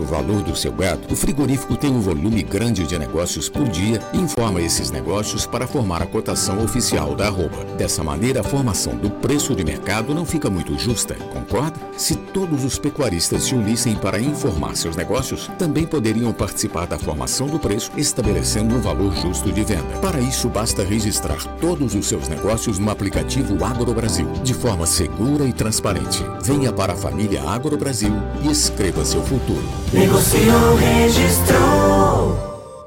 valor do seu gado, o frigorífico tem um volume grande de negócios por dia e informa esses negócios para formar a cotação oficial da arroba. Dessa maneira, a formação do preço de mercado não fica muito justa, concorda? Se todos os pecuaristas se unissem para informar seus negócios, também poderiam participar da formação do preço, estabelecendo um valor justo de venda. Para isso, basta registrar todos os seus negócios no aplicativo AgroBrasil, de forma segura e transparente. Venha para a família AgroBrasil e escreva seu futuro. Negociou, registrou.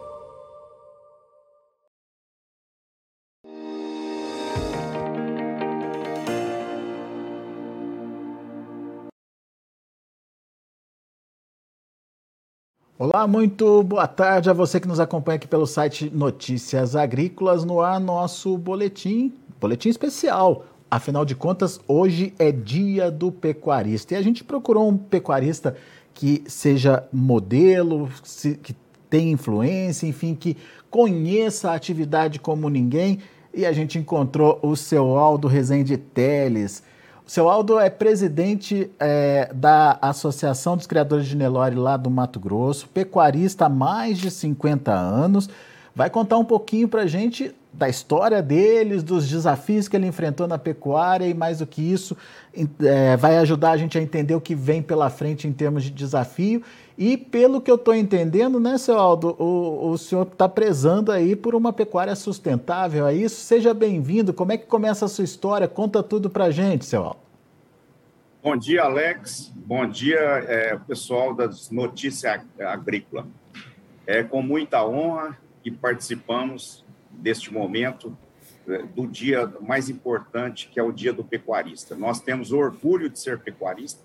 Olá, muito boa tarde a você que nos acompanha aqui pelo site Notícias Agrícolas. No ar, nosso boletim especial. Afinal de contas, hoje é dia do pecuarista. E a gente procurou um pecuarista que seja modelo, que tenha influência, enfim, que conheça a atividade como ninguém. E a gente encontrou o seu Aldo Rezende Teles. O seu Aldo é presidente da Associação dos Criadores de Nelore lá do Mato Grosso, pecuarista há mais de 50 anos. Vai contar um pouquinho para a gente da história deles, dos desafios que ele enfrentou na pecuária e, mais do que isso, vai ajudar a gente a entender o que vem pela frente em termos de desafio. E, pelo que eu estou entendendo, né, seu Aldo, o senhor está prezando aí por uma pecuária sustentável, é isso? Seja bem-vindo. Como é que começa a sua história? Conta tudo para a gente, seu Aldo. Bom dia, Alex. Bom dia, pessoal das Notícias Agrícolas. É com muita honra que participamos deste momento do dia mais importante, que é o Dia do Pecuarista. Nós temos orgulho de ser pecuarista.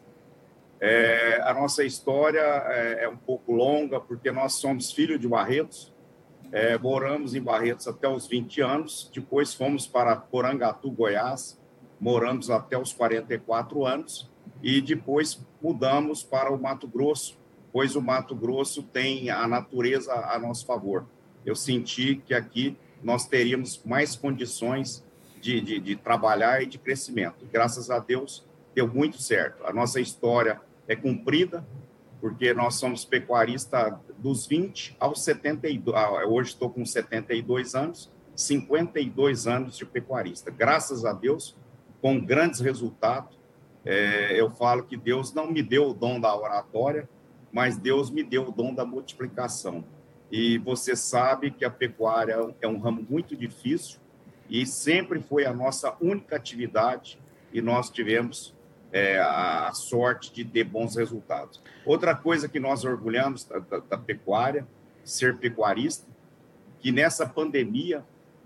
A nossa história é um pouco longa, porque nós somos filhos de Barretos, moramos em Barretos até os 20 anos, depois fomos para Porangatu, Goiás, moramos até os 44 anos, e depois mudamos para o Mato Grosso, pois o Mato Grosso tem a natureza a nosso favor. Eu senti que aqui nós teríamos mais condições de trabalhar e de crescimento. Graças a Deus, deu muito certo. A nossa história é cumprida, porque nós somos pecuaristas dos 20 aos 72. Hoje estou com 72 anos, 52 anos de pecuarista. Graças a Deus, com grandes resultados. Eu falo que Deus não me deu o dom da oratória, mas Deus me deu o dom da multiplicação. E você sabe que a pecuária é um ramo muito difícil e sempre foi a nossa única atividade e nós tivemos a sorte de ter bons resultados. Outra coisa que nós orgulhamos da pecuária, ser pecuarista, que nessa pandemia,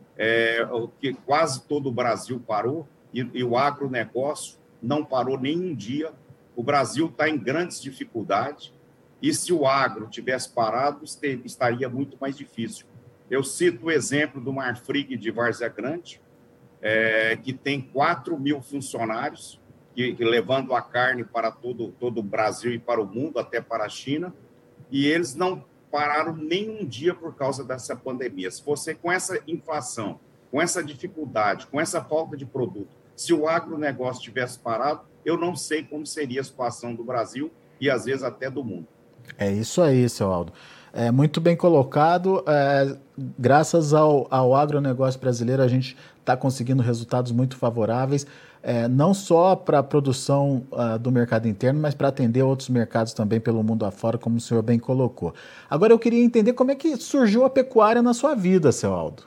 que quase todo o Brasil parou e o agronegócio não parou nem um dia. O Brasil está em grandes dificuldades. E se o agro tivesse parado, estaria muito mais difícil. Eu cito o exemplo do Marfrig de Várzea Grande, que tem 4.000 funcionários, que levando a carne para todo o Brasil e para o mundo, até para a China, e eles não pararam nem um dia por causa dessa pandemia. Se você, com essa inflação, com essa dificuldade, com essa falta de produto, se o agronegócio tivesse parado, eu não sei como seria a situação do Brasil e, às vezes, até do mundo. É isso aí, seu Aldo. Muito bem colocado. Graças ao agronegócio brasileiro, a gente está conseguindo resultados muito favoráveis, não só para a produção do mercado interno, mas para atender outros mercados também pelo mundo afora, como o senhor bem colocou. Agora, eu queria entender como é que surgiu a pecuária na sua vida, seu Aldo.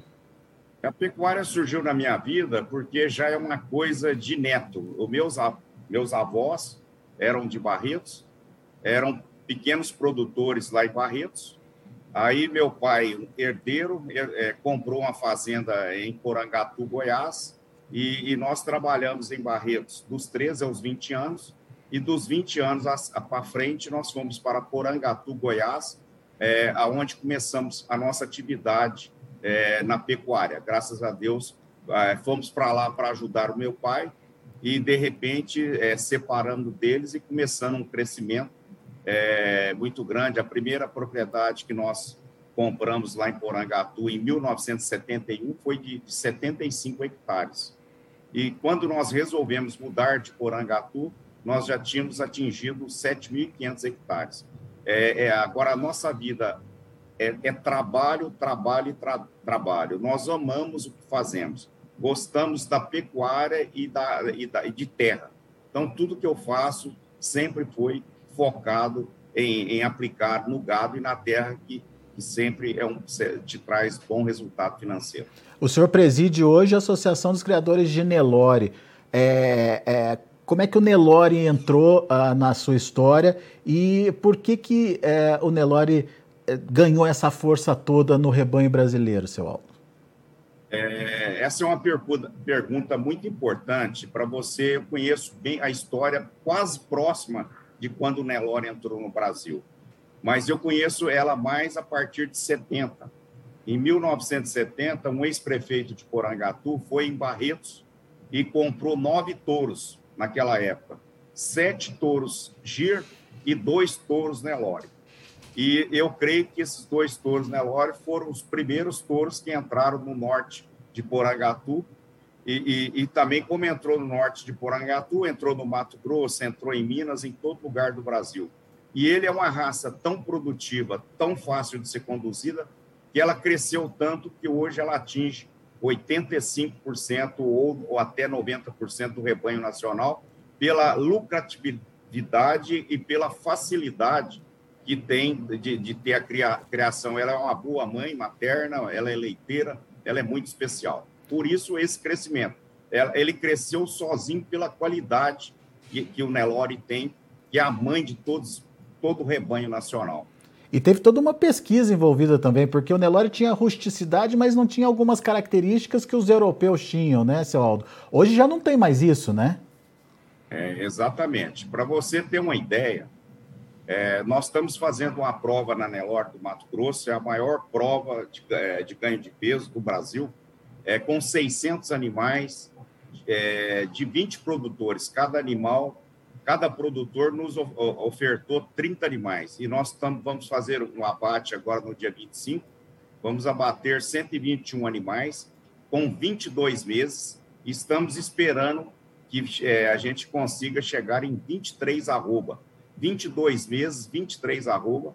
A pecuária surgiu na minha vida porque já é uma coisa de neto. Meus avós eram de Barretos, eram pequenos produtores lá em Barretos. Aí meu pai, herdeiro, comprou uma fazenda em Porangatu, Goiás, e nós trabalhamos em Barretos dos 13 aos 20 anos, e dos 20 anos para frente nós fomos para Porangatu, Goiás, onde começamos a nossa atividade na pecuária. Graças a Deus, fomos para lá para ajudar o meu pai, e de repente separando deles e começando um crescimento muito grande. A primeira propriedade que nós compramos lá em Porangatu em 1971 foi de 75 hectares. E quando nós resolvemos mudar de Porangatu, nós já tínhamos atingido 7.500 hectares. Agora, a nossa vida é trabalho, trabalho e trabalho. Nós amamos o que fazemos. Gostamos da pecuária e de terra. Então, tudo que eu faço sempre foi focado em aplicar no gado e na terra, que sempre te traz bom resultado financeiro. O senhor preside hoje a Associação dos Criadores de Nelore. Como é que o Nelore entrou na sua história e por que o Nelore ganhou essa força toda no rebanho brasileiro, seu Aldo? Essa é uma pergunta muito importante para você. Eu conheço bem a história quase próxima de quando o Nelore entrou no Brasil, mas eu conheço ela mais a partir de 70. Em 1970, um ex-prefeito de Porangatu foi em Barretos e comprou 9 touros naquela época, 7 touros Gir e 2 touros Nelore. E eu creio que esses 2 touros Nelore foram os primeiros touros que entraram no norte de Porangatu e também, como entrou no norte de Porangatu, entrou no Mato Grosso, entrou em Minas, em todo lugar do Brasil. E ele é uma raça tão produtiva, tão fácil de ser conduzida, que ela cresceu tanto que hoje ela atinge 85% ou até 90% do rebanho nacional pela lucratividade e pela facilidade que tem de ter a criação. Ela é uma boa mãe materna, ela é leiteira, ela é muito especial. Por isso, esse crescimento. Ele cresceu sozinho pela qualidade que o Nelore tem, que é a mãe de todo o rebanho nacional. E teve toda uma pesquisa envolvida também, porque o Nelore tinha rusticidade, mas não tinha algumas características que os europeus tinham, né, seu Aldo? Hoje já não tem mais isso, né? Exatamente. Para você ter uma ideia, nós estamos fazendo uma prova na Nelore do Mato Grosso, é a maior prova de ganho de peso do Brasil, com 600 animais, de 20 produtores. Cada produtor nos ofertou 30 animais. E nós vamos fazer um abate agora no dia 25, vamos abater 121 animais com 22 meses. Estamos esperando que a gente consiga chegar em 23 arroba. 22 meses, 23 arroba,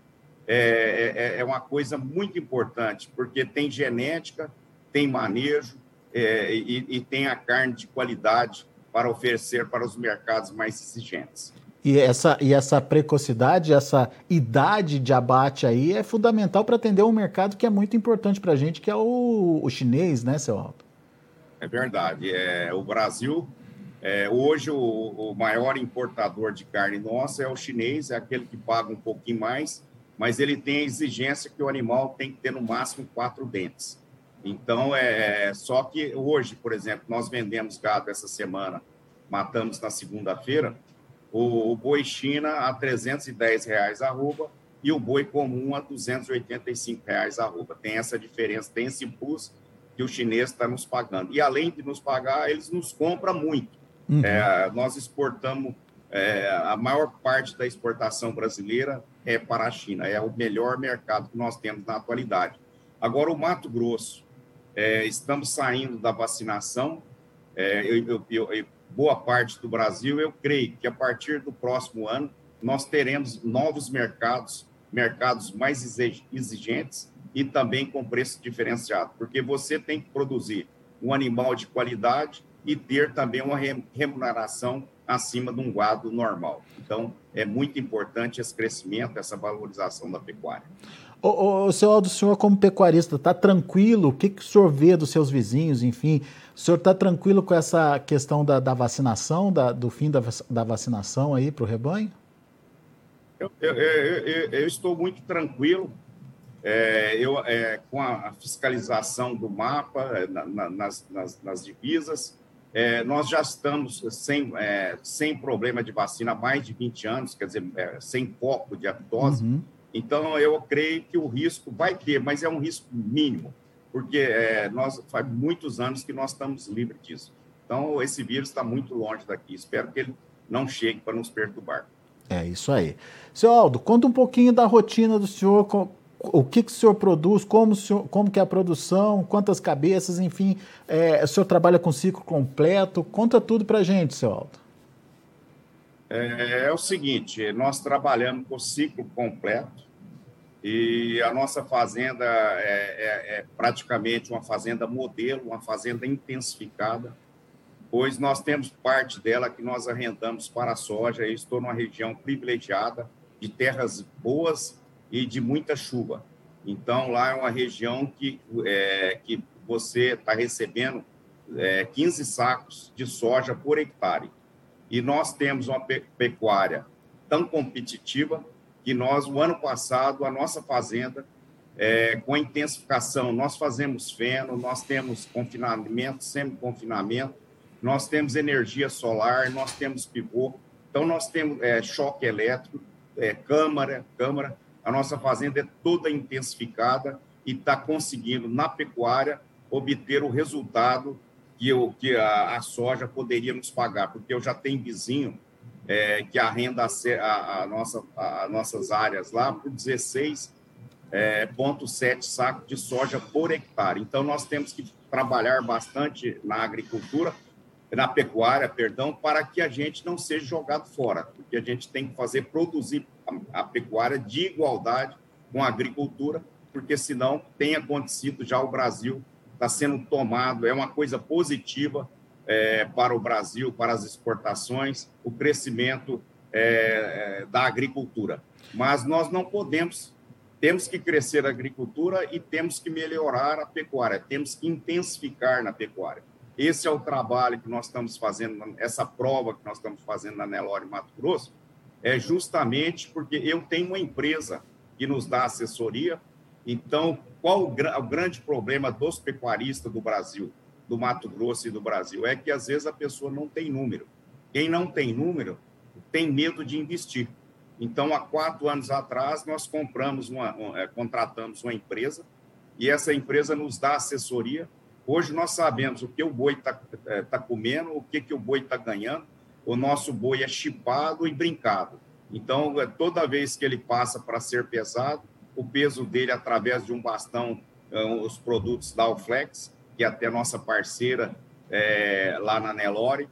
é uma coisa muito importante, porque tem genética, tem manejo e tem a carne de qualidade para oferecer para os mercados mais exigentes. E essa precocidade, essa idade de abate aí é fundamental para atender um mercado que é muito importante para a gente, que é o chinês, né, seu Aldo? É verdade. O Brasil... hoje, o maior importador de carne nossa é o chinês, é aquele que paga um pouquinho mais, mas ele tem a exigência que o animal tem que ter no máximo 4 dentes. Então, só que hoje, por exemplo, nós vendemos gado essa semana, matamos na segunda-feira, o boi China a R$ 310 arroba e o boi comum a R$ 285 arroba. Tem essa diferença, tem esse plus que o chinês está nos pagando. E além de nos pagar, eles nos compram muito. Uhum. Nós exportamos, a maior parte da exportação brasileira é para a China, é o melhor mercado que nós temos na atualidade. Agora, o Mato Grosso, estamos saindo da vacinação, boa parte do Brasil, eu creio que a partir do próximo ano nós teremos novos mercados mais exigentes e também com preço diferenciado, porque você tem que produzir um animal de qualidade e ter também uma remuneração acima de um gado normal. Então, é muito importante esse crescimento, essa valorização da pecuária. Seu Aldo, o senhor como pecuarista, está tranquilo? O que o senhor vê dos seus vizinhos, enfim? O senhor está tranquilo com essa questão da vacinação, do fim da vacinação aí para o rebanho? Eu estou muito tranquilo. Com a fiscalização do mapa nas divisas, nós já estamos sem problema de vacina há mais de 20 anos, quer dizer, sem foco de aftose. Uhum. Então, eu creio que o risco vai ter, mas é um risco mínimo, porque faz muitos anos que nós estamos livres disso. Então, esse vírus está muito longe daqui. Espero que ele não chegue para nos perturbar. É isso aí. Seu Aldo, conta um pouquinho da rotina do senhor, o que o senhor produz, como que é a produção, quantas cabeças, enfim, o senhor trabalha com ciclo completo, conta tudo para a gente, seu Aldo. É o seguinte, nós trabalhamos com o ciclo completo e a nossa fazenda é praticamente uma fazenda modelo, uma fazenda intensificada, pois nós temos parte dela que nós arrendamos para a soja. Eu estou numa região privilegiada, de terras boas e de muita chuva. Então, lá é uma região que você está recebendo 15 sacos de soja por hectare. E nós temos uma pecuária tão competitiva que nós, o ano passado, a nossa fazenda, com a intensificação, nós fazemos feno, nós temos confinamento, semi-confinamento, nós temos energia solar, nós temos pivô, então nós temos choque elétrico, câmara, a nossa fazenda é toda intensificada e está conseguindo, na pecuária, obter o resultado que a soja poderia nos pagar, porque eu já tenho vizinho que arrenda as nossas áreas lá por 16,7 sacos de soja por hectare. Então, nós temos que trabalhar bastante na pecuária, para que a gente não seja jogado fora, porque a gente tem que produzir a pecuária de igualdade com a agricultura, porque senão tem acontecido já o Brasil está sendo tomado, é uma coisa positiva para o Brasil, para as exportações, o crescimento da agricultura. Mas nós não podemos, temos que crescer a agricultura e temos que melhorar a pecuária, temos que intensificar na pecuária. Esse é o trabalho que nós estamos fazendo, essa prova que nós estamos fazendo na Nelore, Mato Grosso, é justamente porque eu tenho uma empresa que nos dá assessoria. Então, qual o grande problema dos pecuaristas do Brasil, do Mato Grosso e do Brasil? É que, às vezes, a pessoa não tem número. Quem não tem número tem medo de investir. Então, há 4 anos atrás, nós contratamos uma empresa e essa empresa nos dá assessoria. Hoje, nós sabemos o que o boi está comendo, o que o boi está ganhando. O nosso boi é chipado e brincado. Então, toda vez que ele passa para ser pesado, o peso dele, através de um bastão, os produtos da Alflex, que é até nossa parceira lá na Nelore,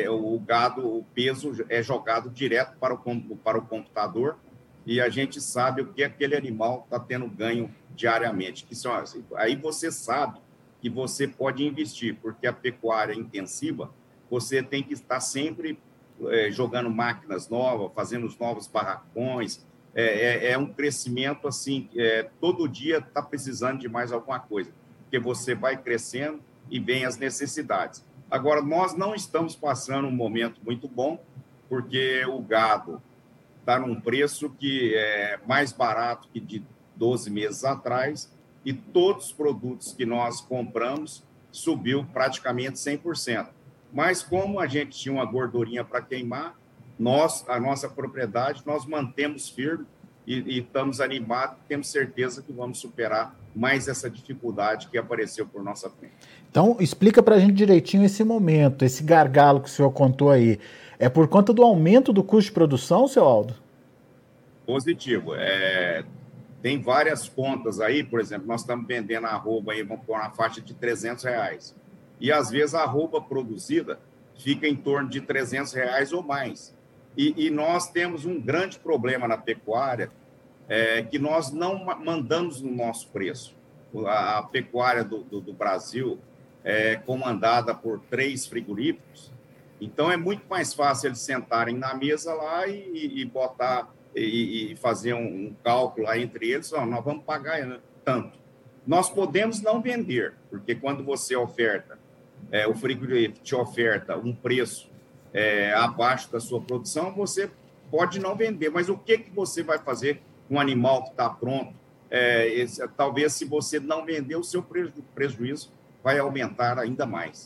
o peso é jogado direto para o computador e a gente sabe o que aquele animal está tendo ganho diariamente. Aí você sabe que você pode investir, porque a pecuária intensiva, você tem que estar sempre jogando máquinas novas, fazendo os novos barracões. É um crescimento assim, todo dia está precisando de mais alguma coisa, porque você vai crescendo e vem as necessidades. Agora, nós não estamos passando um momento muito bom, porque o gado está num preço que é mais barato que de 12 meses atrás, e todos os produtos que nós compramos subiu praticamente 100%. Mas como a gente tinha uma gordurinha para queimar, a nossa propriedade, nós mantemos firme e estamos animados, temos certeza que vamos superar mais essa dificuldade que apareceu por nossa frente. Então, explica para a gente direitinho esse momento, esse gargalo que o senhor contou aí. É por conta do aumento do custo de produção, seu Aldo? Positivo. Tem várias contas aí, por exemplo, nós estamos vendendo arroba aí, vamos pôr na faixa de R$300. E, às vezes, a arroba produzida fica em torno de R$300 ou mais. E nós temos um grande problema na pecuária, que nós não mandamos no nosso preço. A pecuária do Brasil é comandada por 3 frigoríficos, então é muito mais fácil eles sentarem na mesa lá e botar e fazer um cálculo lá entre eles, nós vamos pagar tanto. Nós podemos não vender, porque quando você oferta, o frigorífico te oferta um preço abaixo da sua produção, você pode não vender, mas o que você vai fazer com um animal que está pronto? Talvez, se você não vender, o seu prejuízo vai aumentar ainda mais.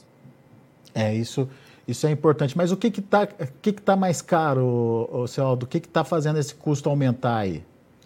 Isso é importante. Mas o que tá mais caro, seu Aldo? O que está fazendo esse custo aumentar aí?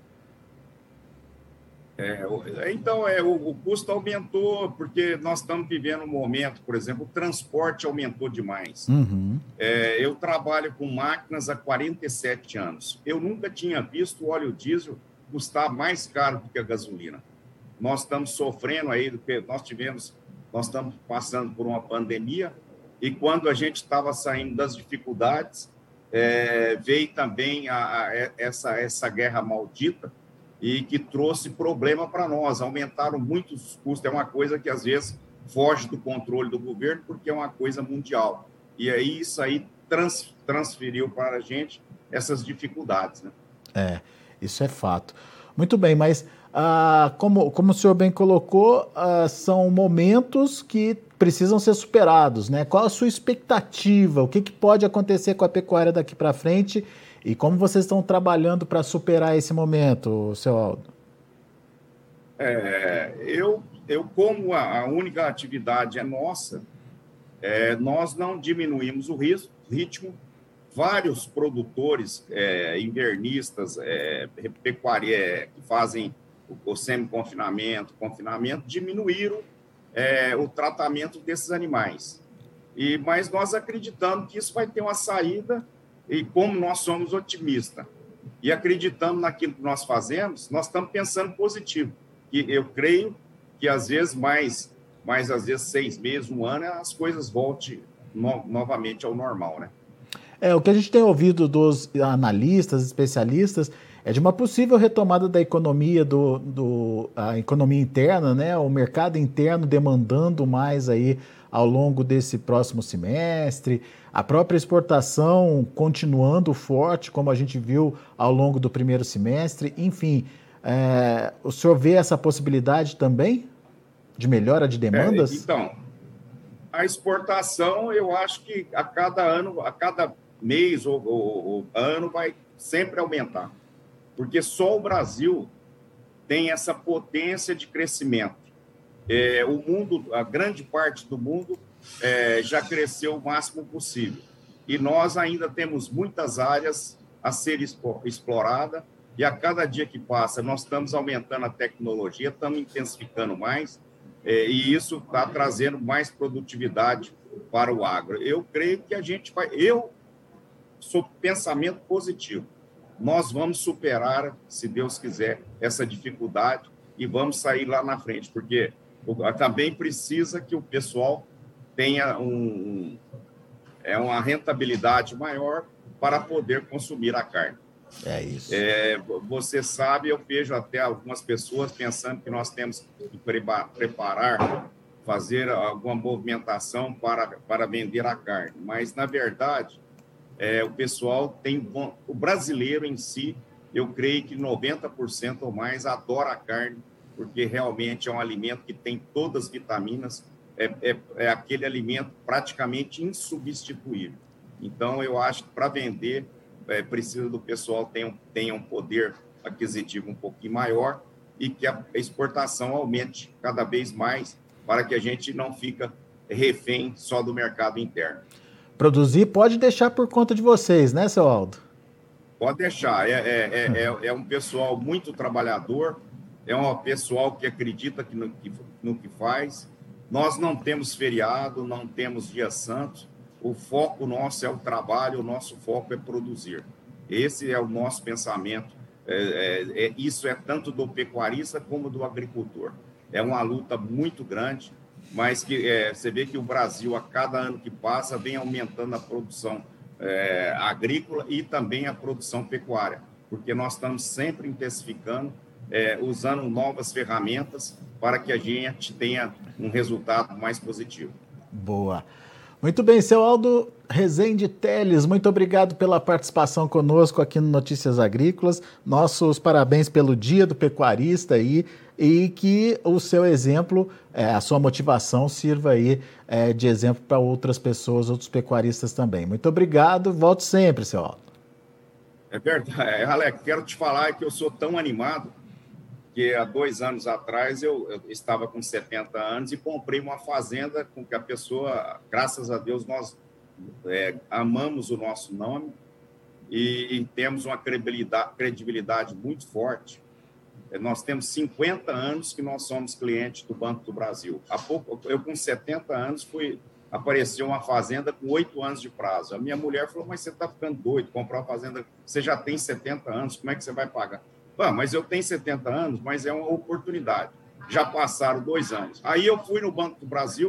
Então, o custo aumentou porque nós estamos vivendo um momento, por exemplo, o transporte aumentou demais. Uhum. Eu trabalho com máquinas há 47 anos. Eu nunca tinha visto o óleo diesel custar mais caro do que a gasolina. Nós estamos sofrendo aí, nós estamos passando por uma pandemia, e quando a gente estava saindo das dificuldades, veio também essa guerra maldita e que trouxe problema para nós, aumentaram muito os custos, é uma coisa que às vezes foge do controle do governo, porque é uma coisa mundial. E aí isso aí transferiu para a gente essas dificuldades, né? Isso é fato. Muito bem, mas como o senhor bem colocou, são momentos que precisam ser superados, né? Qual a sua expectativa? O que pode acontecer com a pecuária daqui para frente? E como vocês estão trabalhando para superar esse momento, seu Aldo? Eu como a única atividade é nossa, nós não diminuímos o ritmo. Vários produtores invernistas, pecuária, que fazem o semi-confinamento, confinamento, diminuíram o tratamento desses animais. Mas nós acreditamos que isso vai ter uma saída, e como nós somos otimistas e acreditamos naquilo que nós fazemos, nós estamos pensando positivo. E eu creio que às vezes às vezes 6 meses, 1 ano, as coisas voltem novamente ao normal, né? O que a gente tem ouvido dos analistas, especialistas, é de uma possível retomada da economia, a economia interna, né? O mercado interno demandando mais aí ao longo desse próximo semestre, a própria exportação continuando forte, como a gente viu ao longo do primeiro semestre. Enfim, o senhor vê essa possibilidade também de melhora de demandas? Então, a exportação, eu acho que a cada mês ou ano vai sempre aumentar, porque só o Brasil tem essa potência de crescimento. O mundo, a grande parte do mundo já cresceu o máximo possível, e nós ainda temos muitas áreas a ser explorada, e a cada dia que passa nós estamos aumentando a tecnologia, estamos intensificando mais, e isso está trazendo mais produtividade para o agro. Eu creio que a gente vai... sou pensamento positivo. Nós vamos superar, se Deus quiser, essa dificuldade e vamos sair lá na frente, porque também precisa que o pessoal tenha uma rentabilidade maior para poder consumir a carne. É isso. Você sabe, eu vejo até algumas pessoas pensando que nós temos que preparar, fazer alguma movimentação para vender a carne, mas, na verdade... o pessoal o brasileiro em si, eu creio que 90% ou mais adora a carne, porque realmente é um alimento que tem todas as vitaminas, é aquele alimento praticamente insubstituível. Então, eu acho que para vender, precisa do pessoal tenha um poder aquisitivo um pouquinho maior e que a exportação aumente cada vez mais, para que a gente não fique refém só do mercado interno. Produzir pode deixar por conta de vocês, né, seu Aldo? Pode deixar. É um pessoal muito trabalhador, é um pessoal que acredita no que faz. Nós não temos feriado, não temos dia santo. O foco nosso é o trabalho, o nosso foco é produzir. Esse é o nosso pensamento. Isso é tanto do pecuarista como do agricultor. É uma luta muito grande, mas que você vê que o Brasil, a cada ano que passa, vem aumentando a produção agrícola e também a produção pecuária, porque nós estamos sempre intensificando, usando novas ferramentas para que a gente tenha um resultado mais positivo. Boa. Muito bem, seu Aldo Rezende Teles, muito obrigado pela participação conosco aqui no Notícias Agrícolas. Nossos parabéns pelo Dia do Pecuarista aí, e que o seu exemplo, a sua motivação sirva aí de exemplo para outras pessoas, outros pecuaristas também. Muito obrigado, volte sempre, seu Aldo. É verdade. Alex, quero te falar que eu sou tão animado que há 2 anos atrás eu estava com 70 anos e comprei uma fazenda com que a pessoa, graças a Deus, nós amamos o nosso nome e temos uma credibilidade muito forte. Nós temos 50 anos que nós somos clientes do Banco do Brasil. Há pouco, eu com 70 anos apareceu uma fazenda com 8 anos de prazo. A minha mulher falou, mas você está ficando doido, comprar uma fazenda, você já tem 70 anos, como é que você vai pagar? Mas eu tenho 70 anos, mas é uma oportunidade. Já passaram 2 anos. Aí eu fui no Banco do Brasil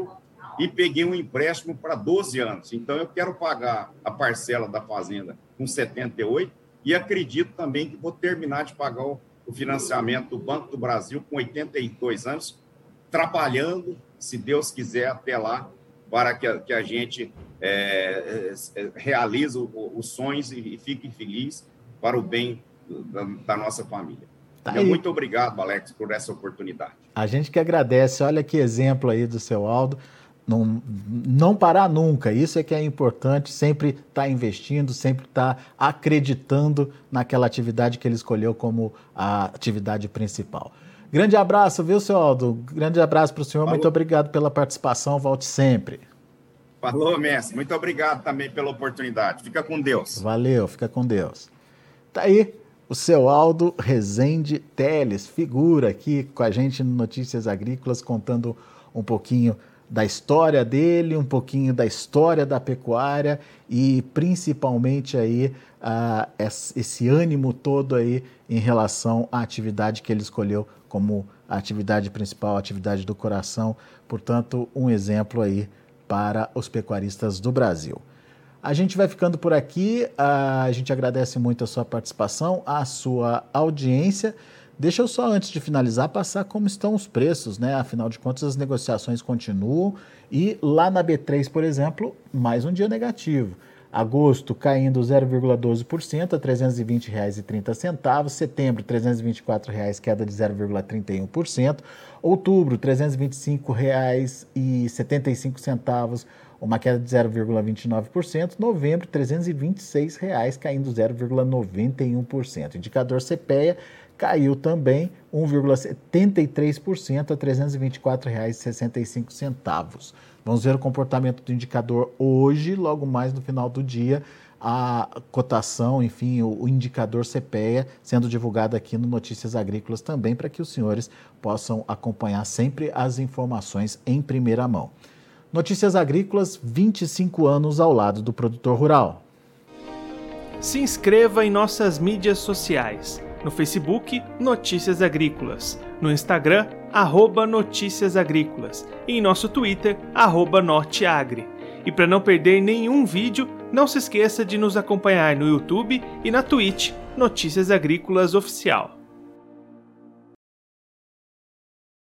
e peguei um empréstimo para 12 anos. Então, eu quero pagar a parcela da fazenda com 78 e acredito também que vou terminar de pagar o financiamento do Banco do Brasil com 82 anos, trabalhando, se Deus quiser, até lá, para que a gente realize os sonhos e fique feliz para o bem da nossa família. Muito obrigado, Alex, por essa oportunidade. A gente que agradece. Olha que exemplo aí do seu Aldo. Não parar nunca, isso é que é importante, sempre estar investindo, sempre estar acreditando naquela atividade que ele escolheu como a atividade principal. Grande abraço, viu, seu Aldo? Grande abraço para o senhor, muito obrigado pela participação, volte sempre. Falou, mestre, muito obrigado também pela oportunidade, fica com Deus. Valeu, fica com Deus. Tá aí o seu Aldo Rezende Teles, figura aqui com a gente no Notícias Agrícolas, contando um pouquinho da história dele, um pouquinho da história da pecuária e principalmente aí esse ânimo todo aí em relação à atividade que ele escolheu como a atividade principal, a atividade do coração. Portanto, um exemplo aí para os pecuaristas do Brasil. A gente vai ficando por aqui, a gente agradece muito a sua participação, a sua audiência. Deixa eu só, antes de finalizar, passar como estão os preços, né? Afinal de contas, as negociações continuam e lá na B3, por exemplo, mais um dia negativo. Agosto caindo 0,12% a R$ 320,30. Setembro, R$ 324,00, queda de 0,31%. Outubro, R$ 325,75, uma queda de 0,29%. Novembro, R$ 326,00, caindo 0,91%. Indicador CPEA caiu também 1,73% a R$ 324,65. Vamos ver o comportamento do indicador hoje, logo mais no final do dia, a cotação, enfim, o indicador CPEA sendo divulgado aqui no Notícias Agrícolas também, para que os senhores possam acompanhar sempre as informações em primeira mão. Notícias Agrícolas, 25 anos ao lado do produtor rural. Se inscreva em nossas mídias sociais. No Facebook, Notícias Agrícolas. No Instagram, @Notícias Agrícolas. E em nosso Twitter, @Norteagri. E para não perder nenhum vídeo, não se esqueça de nos acompanhar no YouTube e na Twitch, Notícias Agrícolas Oficial.